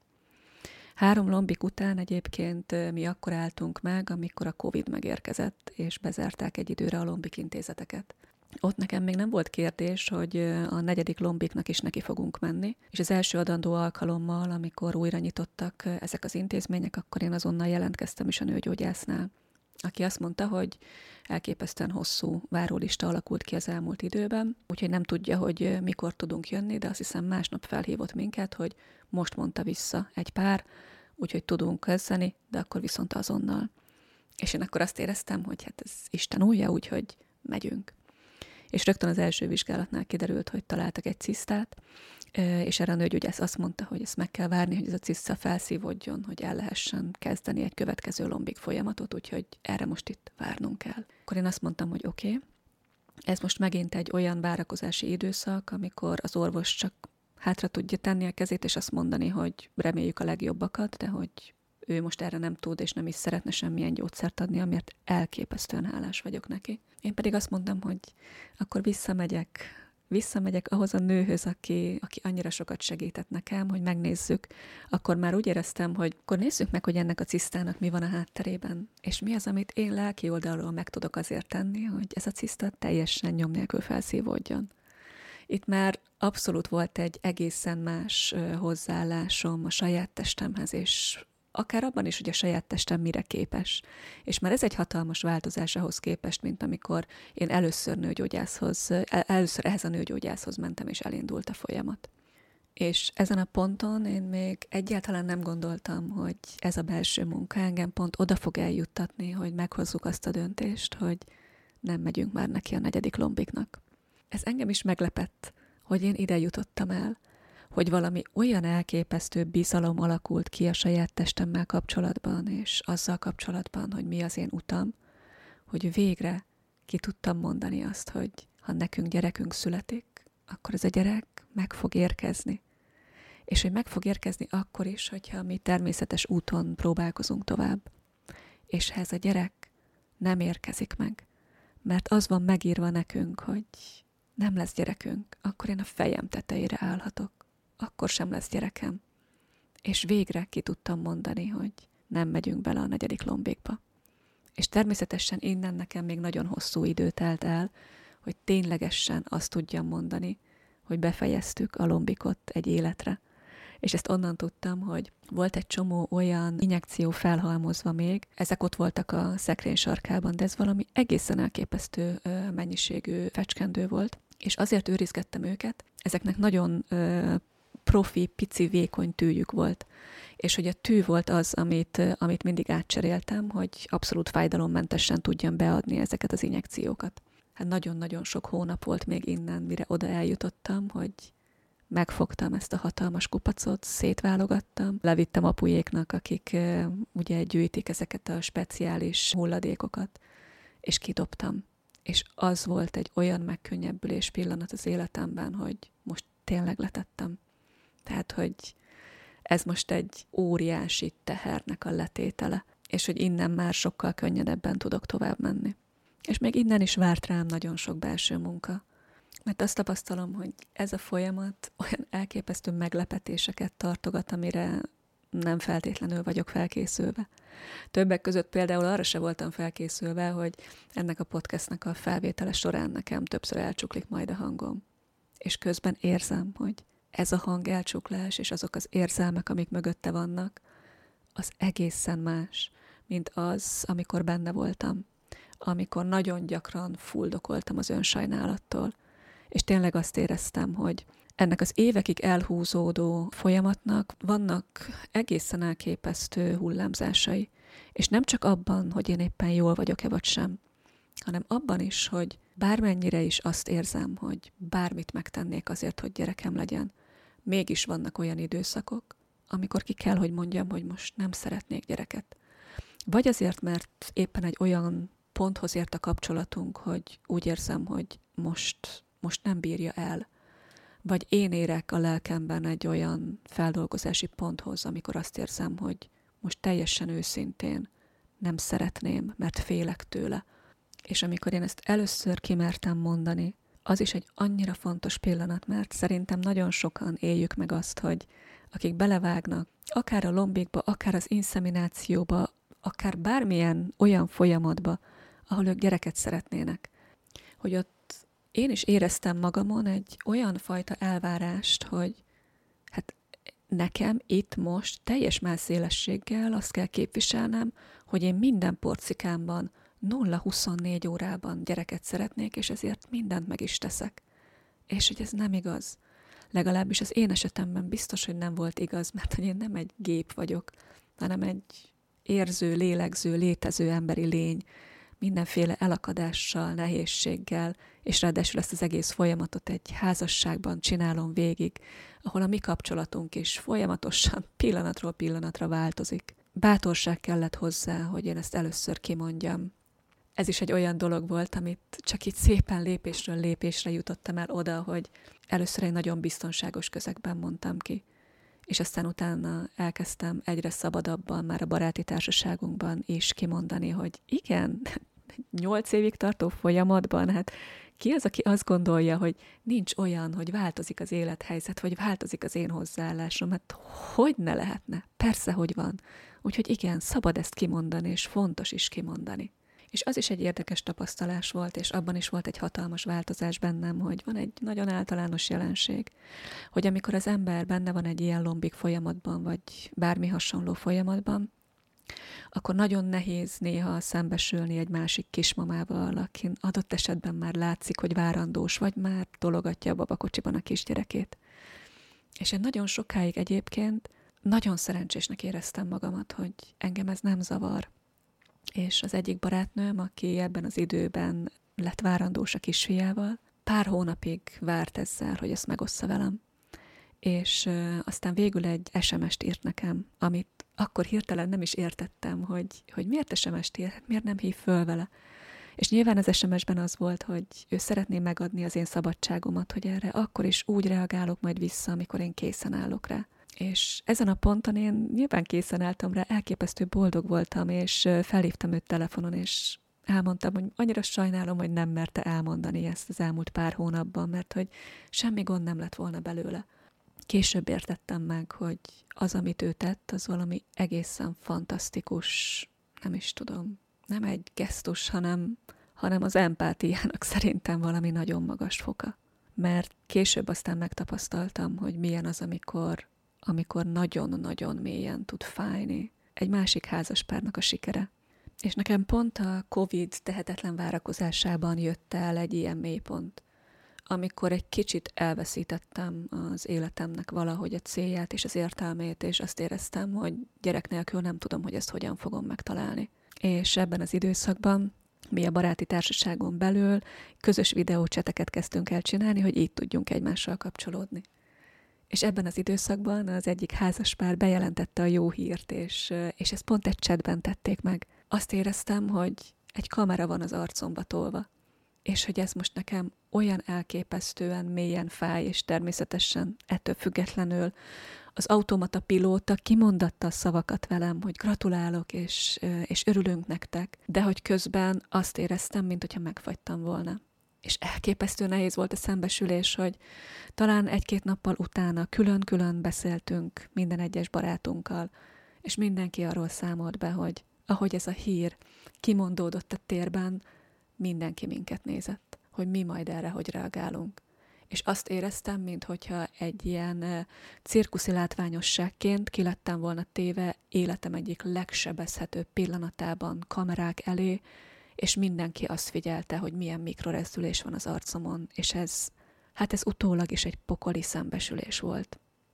Három lombik után egyébként mi akkor álltunk meg, amikor a Covid megérkezett, és bezárták egy időre a lombik intézeteket. Ott nekem még nem volt kérdés, hogy a negyedik lombiknak is neki fogunk menni, és az első adandó alkalommal, amikor újra nyitottak ezek az intézmények, akkor én azonnal jelentkeztem is a nőgyógyásznál, aki azt mondta, hogy elképesztően hosszú várólista alakult ki az elmúlt időben, úgyhogy nem tudja, hogy mikor tudunk jönni, de azt hiszem másnap felhívott minket, hogy most mondta vissza egy pár, úgyhogy tudunk kezdeni, de akkor viszont azonnal. És én akkor azt éreztem, hogy hát ez Isten újja, úgyhogy megyünk. És rögtön az első vizsgálatnál kiderült, hogy találtak egy cisztát, és erre a nőgyógyász azt mondta, hogy ezt meg kell várni, hogy ez a ciszta felszívódjon, hogy el lehessen kezdeni egy következő lombik folyamatot, úgyhogy erre most itt várnunk kell. Akkor én azt mondtam, hogy oké, okay, ez most megint egy olyan várakozási időszak, amikor az orvos csak hátra tudja tenni a kezét, és azt mondani, hogy reméljük a legjobbakat, de hogy ő most erre nem tud, és nem is szeretne semmilyen gyógyszert adni, amiért elképesztően hálás vagyok neki. Én pedig azt mondtam, hogy akkor visszamegyek, visszamegyek ahhoz a nőhöz, aki, aki annyira sokat segített nekem, hogy megnézzük. Akkor már úgy éreztem, hogy akkor nézzük meg, hogy ennek a cisztának mi van a hátterében, és mi az, amit én lelki oldalról meg tudok azért tenni, hogy ez a ciszta teljesen nyom nélkül felszívódjon. Itt már abszolút volt egy egészen más hozzáállásom a saját testemhez, és akár abban is, hogy a saját testem mire képes. És már ez egy hatalmas változás ahhoz képest, mint amikor én először nőgyógyászhoz, először ehhez a nőgyógyászhoz mentem, és elindult a folyamat. És ezen a ponton én még egyáltalán nem gondoltam, hogy ez a belső munka engem pont oda fog eljuttatni, hogy meghozzuk azt a döntést, hogy nem megyünk már neki a negyedik lombiknak. Ez engem is meglepett, hogy én ide jutottam el, hogy valami olyan elképesztő bizalom alakult ki a saját testemmel kapcsolatban, és azzal kapcsolatban, hogy mi az én utam, hogy végre ki tudtam mondani azt, hogy ha nekünk gyerekünk születik, akkor ez a gyerek meg fog érkezni. És hogy meg fog érkezni akkor is, hogyha mi természetes úton próbálkozunk tovább. És ha ez a gyerek nem érkezik meg, mert az van megírva nekünk, hogy nem lesz gyerekünk, akkor én a fejem tetejére állhatok. Akkor sem lesz gyerekem. És végre ki tudtam mondani, hogy nem megyünk bele a negyedik lombikba. És természetesen innen nekem még nagyon hosszú idő telt el, hogy ténylegesen azt tudjam mondani, hogy befejeztük a lombikot egy életre. És ezt onnan tudtam, hogy volt egy csomó olyan injekció felhalmozva még, ezek ott voltak a szekrény sarkában, de ez valami egészen elképesztő mennyiségű fecskendő volt, és azért őrizgettem őket, ezeknek nagyon ö, profi, pici, vékony tűjük volt. És hogy a tű volt az, amit, amit mindig átcseréltem, hogy abszolút fájdalommentesen tudjam beadni ezeket az injekciókat. Hát nagyon-nagyon sok hónap volt még innen, mire oda eljutottam, hogy megfogtam ezt a hatalmas kupacot, szétválogattam, levittem apujéknak, akik uh, ugye gyűjtik ezeket a speciális hulladékokat, és kidobtam. És az volt egy olyan megkönnyebbülés pillanat az életemben, hogy most tényleg letettem. Tehát, hogy ez most egy óriási tehernek a letétele, és hogy innen már sokkal könnyedebben tudok tovább menni. És még innen is várt rám nagyon sok belső munka. Mert azt tapasztalom, hogy ez a folyamat olyan elképesztő meglepetéseket tartogat, amire nem feltétlenül vagyok felkészülve. Többek között például arra se voltam felkészülve, hogy ennek a podcastnak a felvétele során nekem többször elcsuklik majd a hangom. És közben érzem, hogy ez a hang elcsuklás és azok az érzelmek, amik mögötte vannak, az egészen más, mint az, amikor benne voltam, amikor nagyon gyakran fuldokoltam az önsajnálattól, és tényleg azt éreztem, hogy ennek az évekig elhúzódó folyamatnak vannak egészen elképesztő hullámzásai, és nem csak abban, hogy én éppen jól vagyok-e vagy sem, hanem abban is, hogy bármennyire is azt érzem, hogy bármit megtennék azért, hogy gyerekem legyen, mégis vannak olyan időszakok, amikor ki kell, hogy mondjam, hogy most nem szeretnék gyereket. Vagy azért, mert éppen egy olyan ponthoz ért a kapcsolatunk, hogy úgy érzem, hogy most, most nem bírja el. Vagy én érek a lelkemben egy olyan feldolgozási ponthoz, amikor azt érzem, hogy most teljesen őszintén nem szeretném, mert félek tőle. És amikor én ezt először kimertem mondani, az is egy annyira fontos pillanat, mert szerintem nagyon sokan éljük meg azt, hogy akik belevágnak, akár a lombikba, akár az inszeminációba, akár bármilyen olyan folyamatba, ahol ők gyereket szeretnének, hogy ott én is éreztem magamon egy olyan fajta elvárást, hogy hát nekem itt most teljes mászélességgel azt kell képviselnem, hogy én minden porcikámban nulla huszonnégy órában gyereket szeretnék, és ezért mindent meg is teszek. És hogy ez nem igaz. Legalábbis az én esetemben biztos, hogy nem volt igaz, mert hogy én nem egy gép vagyok, hanem egy érző, lélegző, létező emberi lény, mindenféle elakadással, nehézséggel, és ráadásul ezt az egész folyamatot egy házasságban csinálom végig, ahol a mi kapcsolatunk is folyamatosan pillanatról pillanatra változik. Bátorság kellett hozzá, hogy én ezt először kimondjam. Ez is egy olyan dolog volt, amit csak így szépen lépésről lépésre jutottam el oda, hogy először egy nagyon biztonságos közegben mondtam ki. És aztán utána elkezdtem egyre szabadabban már a baráti társaságunkban is kimondani, hogy igen, nyolc évig tartó folyamatban, hát ki az, aki azt gondolja, hogy nincs olyan, hogy változik az élethelyzet, vagy változik az én hozzáállásom, hát hogy ne lehetne? Persze, hogy van. Úgyhogy igen, szabad ezt kimondani, és fontos is kimondani. És az is egy érdekes tapasztalás volt, és abban is volt egy hatalmas változás bennem, hogy van egy nagyon általános jelenség, hogy amikor az ember benne van egy ilyen lombik folyamatban, vagy bármi hasonló folyamatban, akkor nagyon nehéz néha szembesülni egy másik kismamával, akin adott esetben már látszik, hogy várandós, vagy már tologatja a babakocsiban a kisgyerekét. És én nagyon sokáig egyébként nagyon szerencsésnek éreztem magamat, hogy engem ez nem zavar. És az egyik barátnőm, aki ebben az időben lett várandós a kisfiával, pár hónapig várt ezzel, hogy ezt megossza velem. És uh, aztán végül egy es em est írt nekem, amit akkor hirtelen nem is értettem, hogy, hogy miért es em est írt, miért nem hív föl vele. És nyilván az es em esben az volt, hogy ő szeretné megadni az én szabadságomat, hogy erre akkor is úgy reagálok majd vissza, amikor én készen állok rá. És ezen a ponton én nyilván készen álltam rá, elképesztő boldog voltam, és felhívtam őt telefonon, és elmondtam, hogy annyira sajnálom, hogy nem merte elmondani ezt az elmúlt pár hónapban, mert hogy semmi gond nem lett volna belőle. Később értettem meg, hogy az, amit ő tett, az valami egészen fantasztikus, nem is tudom, nem egy gesztus, hanem, hanem az empátiának szerintem valami nagyon magas foka. Mert később aztán megtapasztaltam, hogy milyen az, amikor amikor nagyon-nagyon mélyen tud fájni egy másik házaspárnak a sikere. És nekem pont a Covid tehetetlen várakozásában jött el egy ilyen mélypont, amikor egy kicsit elveszítettem az életemnek valahogy a célját és az értelmét, és azt éreztem, hogy gyerek nélkül nem tudom, hogy ezt hogyan fogom megtalálni. És ebben az időszakban mi a baráti társaságon belül közös videócseteket kezdtünk el csinálni, hogy így tudjunk egymással kapcsolódni. És ebben az időszakban az egyik házaspár bejelentette a jó hírt, és, és ezt pont egy chatben tették meg. Azt éreztem, hogy egy kamera van az arcomba tolva, és hogy ez most nekem olyan elképesztően mélyen fáj, és természetesen ettől függetlenül az automata pilóta kimondatta a szavakat velem, hogy gratulálok, és, és örülünk nektek, de hogy közben azt éreztem, mintha megfagytam volna. És elképesztő nehéz volt a szembesülés, hogy talán egy-két nappal utána külön-külön beszéltünk minden egyes barátunkkal, és mindenki arról számolt be, hogy ahogy ez a hír kimondódott a térben, mindenki minket nézett, hogy mi majd erre hogy reagálunk. És azt éreztem, minthogyha egy ilyen cirkuszi látványosságként ki lettem volna téve életem egyik legsebezhetőbb pillanatában kamerák elé, és mindenki azt figyelte, hogy milyen mikrorezdülés van az arcomon, és ez, hát ez utólag is egy pokoli szembesülés volt.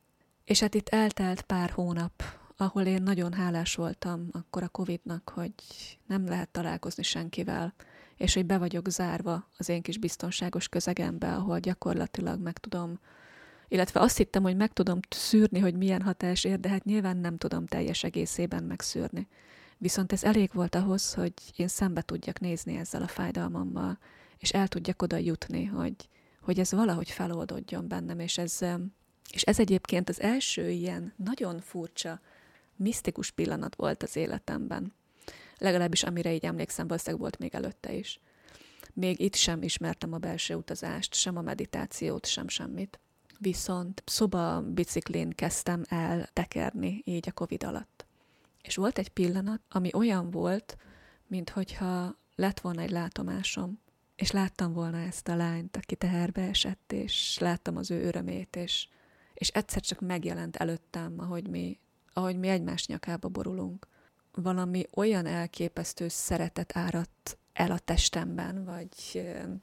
És hát itt eltelt pár hónap, ahol én nagyon hálás voltam akkor a Covidnak, hogy nem lehet találkozni senkivel, és hogy be vagyok zárva az én kis biztonságos közegembe, ahol gyakorlatilag meg tudom, illetve azt hittem, hogy meg tudom szűrni, hogy milyen hatás ér, de hát nyilván nem tudom teljes egészében megszűrni. Viszont ez elég volt ahhoz, hogy én szembe tudjak nézni ezzel a fájdalmammal, és el tudjak oda jutni, hogy, hogy ez valahogy feloldódjon bennem, és ez, és ez egyébként az első ilyen nagyon furcsa, misztikus pillanat volt az életemben. Legalábbis amire így emlékszem, valószínűleg volt még előtte is. Még itt sem ismertem a belső utazást, sem a meditációt, sem semmit. Viszont szoba biciklin kezdtem el tekerni így a Covid alatt. És volt egy pillanat, ami olyan volt, minthogyha lett volna egy látomásom, és láttam volna ezt a lányt, aki teherbe esett, és láttam az ő örömét, és, és egyszer csak megjelent előttem, ahogy mi, ahogy mi egymás nyakába borulunk. Valami olyan elképesztő szeretet áradt el a testemben, vagy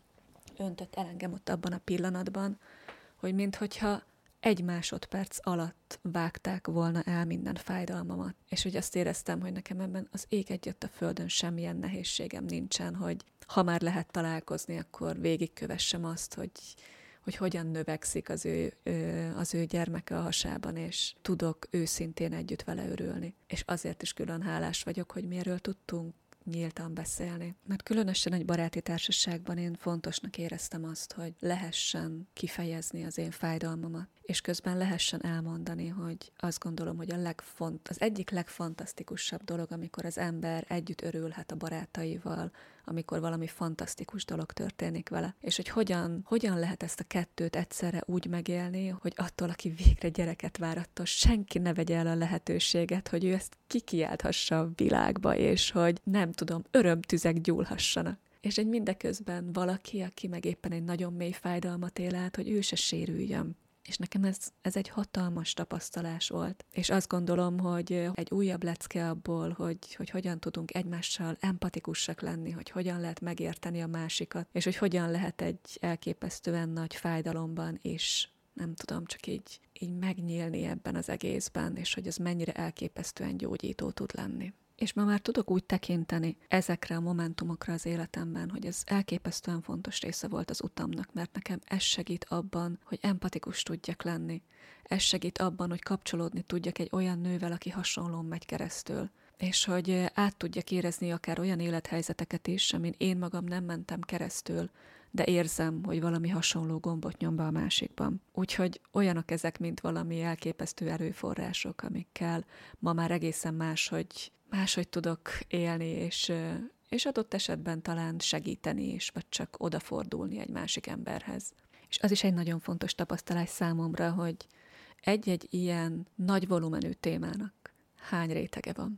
öntött el engem ott abban a pillanatban, hogy minthogyha egy másodperc alatt vágták volna el minden fájdalmamat. És hogy azt éreztem, hogy nekem ebben az ég egyet a földön semmilyen nehézségem nincsen, hogy ha már lehet találkozni, akkor végigkövessem azt, hogy, hogy hogyan növekszik az ő, az ő gyermeke a hasában, és tudok őszintén együtt vele örülni. És azért is külön hálás vagyok, hogy mi erről tudtunk nyíltan beszélni. Mert különösen egy baráti társaságban én fontosnak éreztem azt, hogy lehessen kifejezni az én fájdalmamat, és közben lehessen elmondani, hogy azt gondolom, hogy a legfont, az egyik legfantasztikusabb dolog, amikor az ember együtt örülhet a barátaival, amikor valami fantasztikus dolog történik vele, és hogy hogyan, hogyan lehet ezt a kettőt egyszerre úgy megélni, hogy attól, aki végre gyereket vár, attól senki ne vegye el a lehetőséget, hogy ő ezt kikiálthassa a világba, és hogy nem tudom, örömtüzek gyúlhassanak. És egy mindeközben valaki, aki meg éppen egy nagyon mély fájdalmat él át, hogy ő se sérüljön. És nekem ez, ez egy hatalmas tapasztalás volt. És azt gondolom, hogy egy újabb lecke abból, hogy, hogy hogyan tudunk egymással empatikusak lenni, hogy hogyan lehet megérteni a másikat, és hogy hogyan lehet egy elképesztően nagy fájdalomban is, nem tudom, csak így, így megnyílni ebben az egészben, és hogy ez mennyire elképesztően gyógyító tud lenni. És ma már tudok úgy tekinteni ezekre a momentumokra az életemben, hogy ez elképesztően fontos része volt az utamnak, mert nekem ez segít abban, hogy empatikus tudjak lenni. Ez segít abban, hogy kapcsolódni tudjak egy olyan nővel, aki hasonlón megy keresztül. És hogy át tudjak érezni akár olyan élethelyzeteket is, amin én magam nem mentem keresztül, de érzem, hogy valami hasonló gombot nyom be a másikban. Úgyhogy olyanok ezek, mint valami elképesztő erőforrások, amikkel ma már egészen máshogy, máshogy tudok élni, és, és adott esetben talán segíteni is, vagy csak odafordulni egy másik emberhez. És az is egy nagyon fontos tapasztalás számomra, hogy egy-egy ilyen nagy volumenű témának hány rétege van.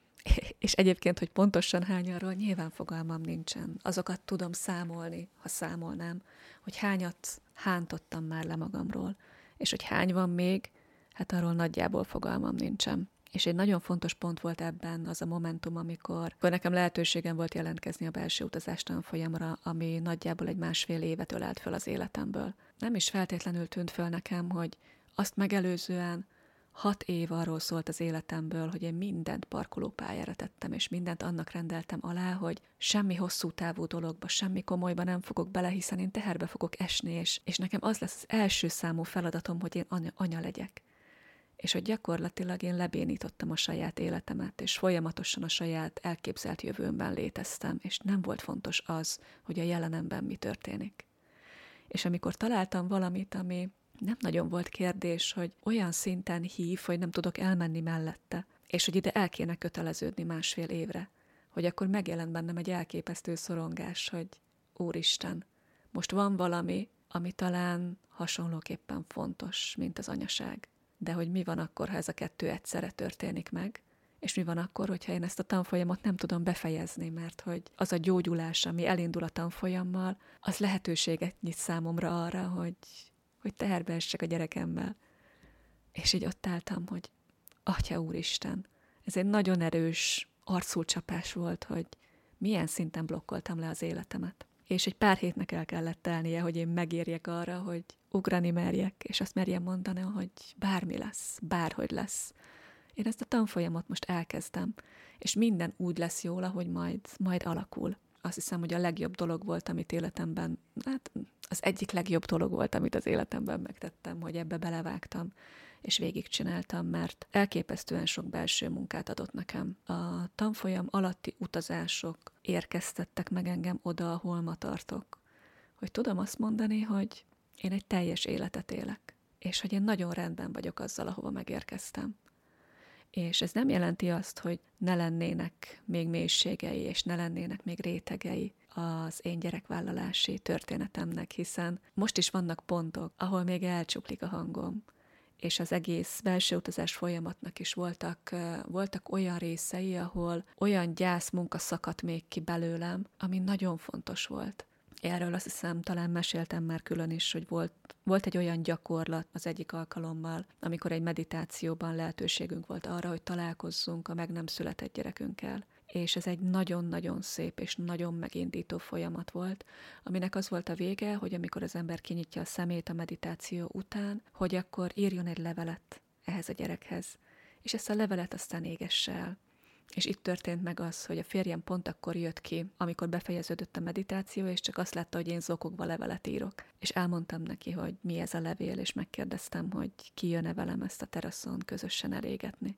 És egyébként, hogy pontosan hány, arról nyilván fogalmam nincsen. Azokat tudom számolni, ha számolnám, hogy hányat hántottam már le magamról, és hogy hány van még, hát arról nagyjából fogalmam nincsen. És egy nagyon fontos pont volt ebben az a momentum, amikor, amikor nekem lehetőségem volt jelentkezni a belső utazás tanfolyamra, ami nagyjából egy másfél évet ölelt föl az életemből. Nem is feltétlenül tűnt föl nekem, hogy azt megelőzően hat év arról szólt az életemből, hogy én mindent parkolópályára tettem, és mindent annak rendeltem alá, hogy semmi hosszú távú dologba, semmi komolyba nem fogok bele, hiszen én teherbe fogok esni, és, és nekem az lesz az első számú feladatom, hogy én anya, anya legyek. És hogy gyakorlatilag én lebénítottam a saját életemet, és folyamatosan a saját elképzelt jövőmben léteztem, és nem volt fontos az, hogy a jelenemben mi történik. És amikor találtam valamit, ami nem nagyon volt kérdés, hogy olyan szinten hív, hogy nem tudok elmenni mellette, és hogy ide el kéne köteleződni másfél évre, hogy akkor megjelent bennem egy elképesztő szorongás, hogy Úristen, most van valami, ami talán hasonlóképpen fontos, mint az anyaság. De hogy mi van akkor, ha ez a kettő egyszerre történik meg, és mi van akkor, hogyha én ezt a tanfolyamot nem tudom befejezni, mert hogy az a gyógyulás, ami elindul a tanfolyammal, az lehetőséget nyit számomra arra, hogy, hogy teherbe essek a gyerekemmel. És így ott álltam, hogy Atya Úristen, ez egy nagyon erős arculcsapás volt, hogy milyen szinten blokkoltam le az életemet. És egy pár hétnek el kellett telnie, hogy én megérjek arra, hogy ugrani merjek, és azt merjem mondani, hogy bármi lesz, bárhogy lesz. Én ezt a tanfolyamot most elkezdem, és minden úgy lesz jól, ahogy majd, majd alakul. Azt hiszem, hogy a legjobb dolog volt, amit életemben, hát az egyik legjobb dolog volt, amit az életemben megtettem, hogy ebbe belevágtam, és végigcsináltam, mert elképesztően sok belső munkát adott nekem. A tanfolyam alatti utazások érkeztettek meg engem oda, ahol ma tartok. Hogy tudom azt mondani, hogy én egy teljes életet élek, és hogy én nagyon rendben vagyok azzal, ahova megérkeztem. És ez nem jelenti azt, hogy ne lennének még mélységei, és ne lennének még rétegei az én gyerekvállalási történetemnek, hiszen most is vannak pontok, ahol még elcsuplik a hangom, és az egész belső utazás folyamatnak is voltak, voltak olyan részei, ahol olyan gyászmunka szakadt még ki belőlem, ami nagyon fontos volt. Erről azt hiszem, talán meséltem már külön is, hogy volt, volt egy olyan gyakorlat az egyik alkalommal, amikor egy meditációban lehetőségünk volt arra, hogy találkozzunk a meg nem született gyerekünkkel. És ez egy nagyon-nagyon szép és nagyon megindító folyamat volt, aminek az volt a vége, hogy amikor az ember kinyitja a szemét a meditáció után, hogy akkor írjon egy levelet ehhez a gyerekhez, és ezt a levelet aztán égesse el. És itt történt meg az, hogy a férjem pont akkor jött ki, amikor befejeződött a meditáció, és csak azt látta, hogy én zokogva levelet írok. És elmondtam neki, hogy mi ez a levél, és megkérdeztem, hogy ki jön-e velem ezt a teraszon közösen elégetni.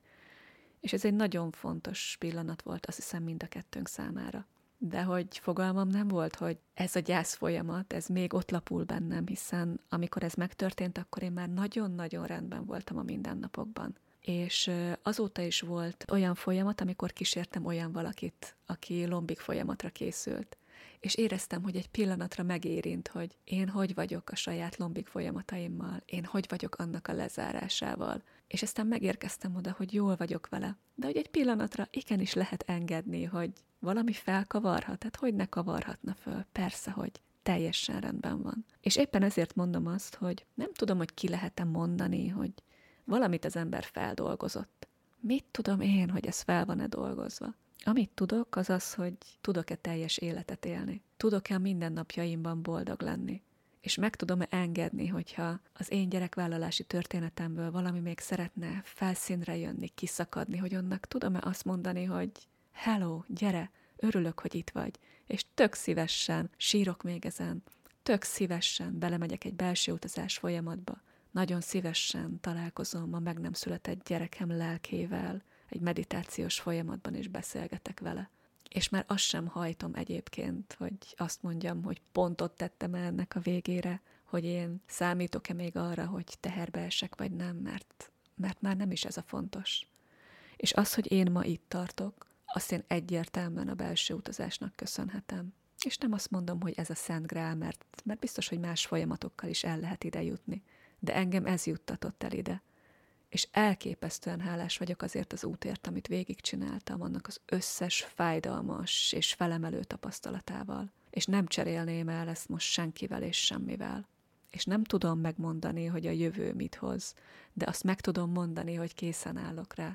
És ez egy nagyon fontos pillanat volt, azt hiszem, mind a kettőnk számára. De hogy fogalmam nem volt, hogy ez a gyász folyamat, ez még ott lapul bennem, hiszen amikor ez megtörtént, akkor én már nagyon-nagyon rendben voltam a mindennapokban. És azóta is volt olyan folyamat, amikor kísértem olyan valakit, aki lombik folyamatra készült. És éreztem, hogy egy pillanatra megérint, hogy én hogy vagyok a saját lombik folyamataimmal, én hogy vagyok annak a lezárásával. És aztán megérkeztem oda, hogy jól vagyok vele. De hogy egy pillanatra igenis lehet engedni, hogy valami felkavarhat, tehát hogy ne kavarhatna föl. Persze, hogy teljesen rendben van. És éppen ezért mondom azt, hogy nem tudom, hogy ki lehet-e mondani, hogy valamit az ember feldolgozott. Mit tudom én, hogy ez fel van-e dolgozva? Amit tudok, az az, hogy tudok-e teljes életet élni. Tudok-e a mindennapjaimban boldog lenni. És meg tudom-e engedni, hogyha az én gyerekvállalási történetemből valami még szeretne felszínre jönni, kiszakadni, hogy annak tudom-e azt mondani, hogy hello, gyere, örülök, hogy itt vagy, és tök szívesen sírok még ezen, tök szívesen belemegyek egy belső utazás folyamatba, nagyon szívesen találkozom a meg nem született gyerekem lelkével, egy meditációs folyamatban is beszélgetek vele. És már azt sem hajtom egyébként, hogy azt mondjam, hogy pontot tettem el ennek a végére, hogy én számítok-e még arra, hogy teherbe esek, vagy nem, mert, mert már nem is ez a fontos. És az, hogy én ma itt tartok, azt én egyértelműen a belső utazásnak köszönhetem. És nem azt mondom, hogy ez a szent grál, mert, mert biztos, hogy más folyamatokkal is el lehet ide jutni. De engem ez juttatott el ide. És elképesztően hálás vagyok azért az útért, amit végigcsináltam, annak az összes fájdalmas és felemelő tapasztalatával. És nem cserélném el ezt most senkivel és semmivel. És nem tudom megmondani, hogy a jövő mit hoz, de azt meg tudom mondani, hogy készen állok rá.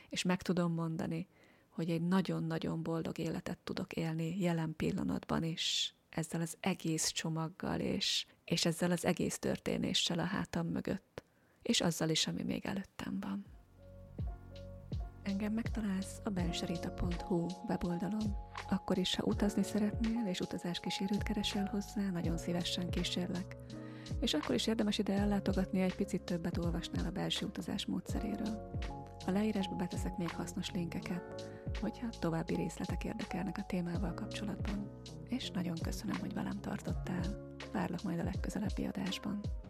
és meg tudom mondani, hogy egy nagyon-nagyon boldog életet tudok élni jelen pillanatban is, ezzel az egész csomaggal, és, és ezzel az egész történéssel a hátam mögött, és azzal is, ami még előttem van. Engem megtalálsz a benserita pont hu weboldalon. Akkor is, ha utazni szeretnél, és utazáskísérőt keresel hozzá, nagyon szívesen kísérlek. És akkor is érdemes ide ellátogatni, egy picit többet olvasnál a belső utazás módszeréről. A leírásba beteszek még hasznos linkeket, hogyha további részletek érdekelnek a témával kapcsolatban. És nagyon köszönöm, hogy velem tartottál. Várlak majd a legközelebbi adásban.